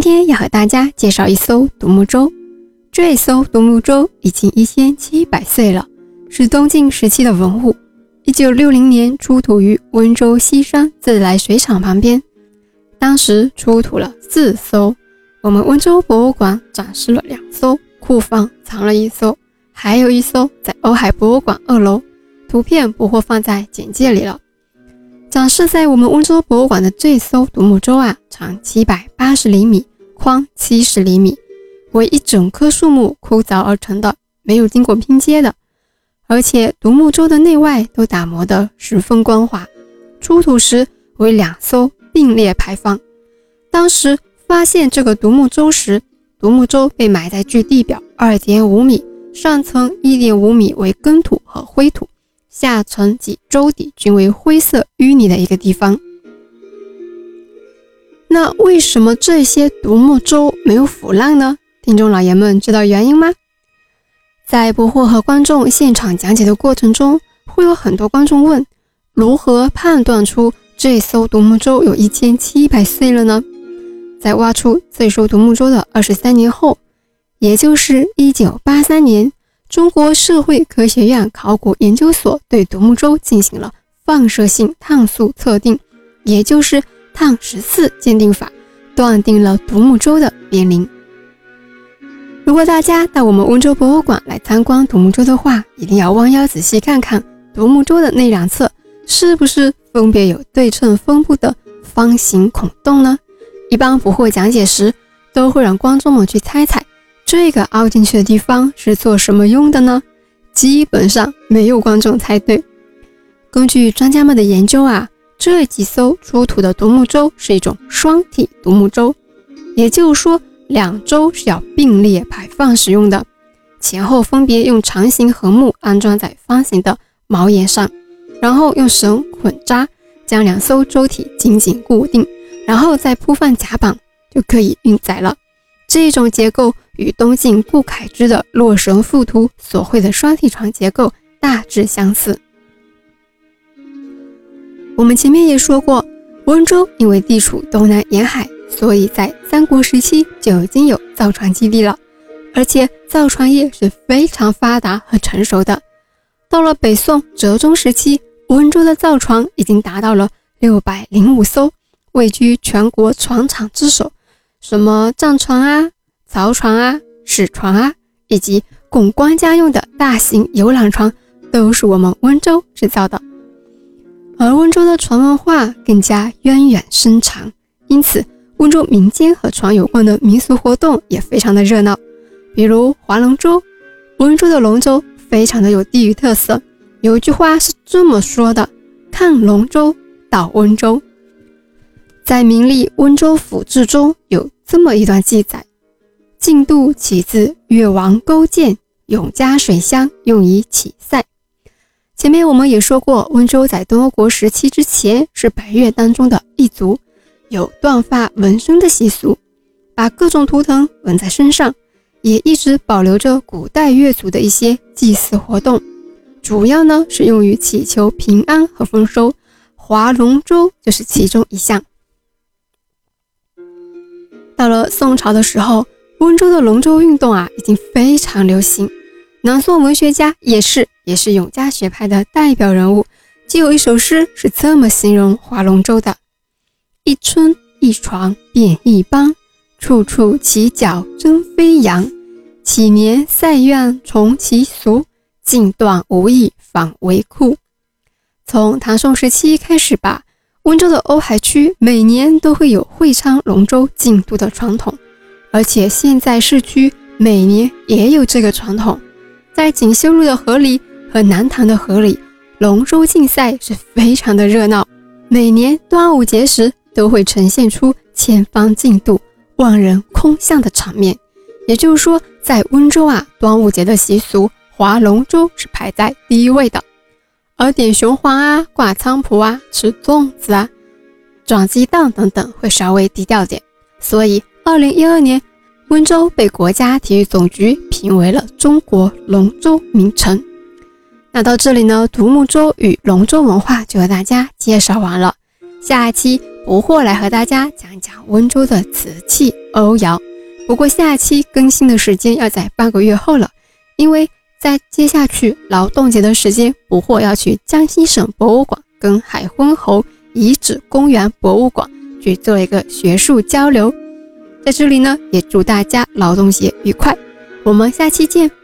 天要和大家介绍一艘独木舟。这艘独木舟已经1700岁了，是东晋时期的文物。1960年出土于温州西山自来水厂旁边，当时出土了4艘。我们温州博物馆展示了2艘，库房藏了1艘，还有1艘在瓯海博物馆2楼，图片不会放在简介里了。展示在我们温州博物馆的这艘独木舟长780厘米，宽70厘米，为一整棵树木枯凿而成的，没有经过拼接的，而且独木舟的内外都打磨得十分光滑。出土时为2艘并列排放。当时发现这个独木舟时，独木舟被埋在距地表 2.5 米，上层 1.5 米为耕土和灰土，下层及舟底均为灰色淤泥的一个地方。那为什么这些独木舟没有腐烂呢？听众老爷们知道原因吗？在博货和观众现场讲解的过程中，会有很多观众问，如何判断出这艘独木舟有1700岁了呢？在挖出这艘独木舟的23年后，也就是1983年，中国社会科学院考古研究所对独木舟进行了放射性碳素测定，也就是碳14鉴定法，断定了独木舟的年龄。如果大家到我们温州博物馆来参观独木舟的话，一定要弯腰仔细看看独木舟的那2侧是不是分别有对称分布的方形孔洞呢？一般博货讲解时都会让观众们去猜猜这个凹进去的地方是做什么用的呢？基本上没有观众猜对。根据专家们的研究这几艘出土的独木舟是一种双体独木舟，也就是说2舟是要并列排放使用的，前后分别用长形横木安装在方形的锚眼上，然后用绳捆扎，将2艘舟体紧紧固定，然后再铺放甲板就可以运载了。这种结构与东晋顾恺之的洛神赋图所绘的双体船结构大致相似。我们前面也说过，温州因为地处东南沿海，所以在三国时期就已经有造船基地了，而且造船业是非常发达和成熟的。到了北宋哲宗时期，温州的造船已经达到了605艘，位居全国船厂之首，什么战船漕船使船以及供官家用的大型游览船都是我们温州制造的。而温州的船文化更加源远深长，因此温州民间和船有关的民俗活动也非常的热闹，比如划龙舟。温州的龙舟非常的有地域特色，有一句话是这么说的，看龙舟到温州。在明历温州府志中有这么一段记载，晋度起自越王勾践，永嘉水乡，用以起塞。前面我们也说过，温州在东欧国时期之前是百越当中的一族，有断发纹身的习俗，把各种图腾纹在身上，也一直保留着古代越族的一些祭祀活动，主要呢是用于祈求平安和丰收，划龙舟就是其中一项。到了宋朝的时候，温州的龙舟运动已经非常流行。南宋文学家也是永嘉学派的代表人物，就有一首诗是这么形容划龙舟的：一春一床变一邦，处处起脚争飞扬。启年塞院重其俗，尽断无益反为酷。从唐宋时期开始吧，温州的瓯海区每年都会有会昌龙舟竞渡的传统，而且现在市区每年也有这个传统。在锦绣路的河里和南塘的河里，龙舟竞赛是非常的热闹，每年端午节时都会呈现出千方竞渡、万人空巷的场面。也就是说，在温州端午节的习俗，划龙舟是排在第一位的，而点雄黄挂菖蒲吃粽子转鸡蛋等等会稍微低调点。所以2012年温州被国家体育总局评为了中国龙舟名城。那到这里呢，独木舟与龙舟文化就和大家介绍完了。下一期不惑来和大家讲讲温州的瓷器欧窑。不过下期更新的时间要在半个月后了，因为在接下去劳动节的时间，不惑要去江西省博物馆跟海昏侯遗址公园博物馆去做一个学术交流。在这里呢，也祝大家劳动节愉快，我们下期见。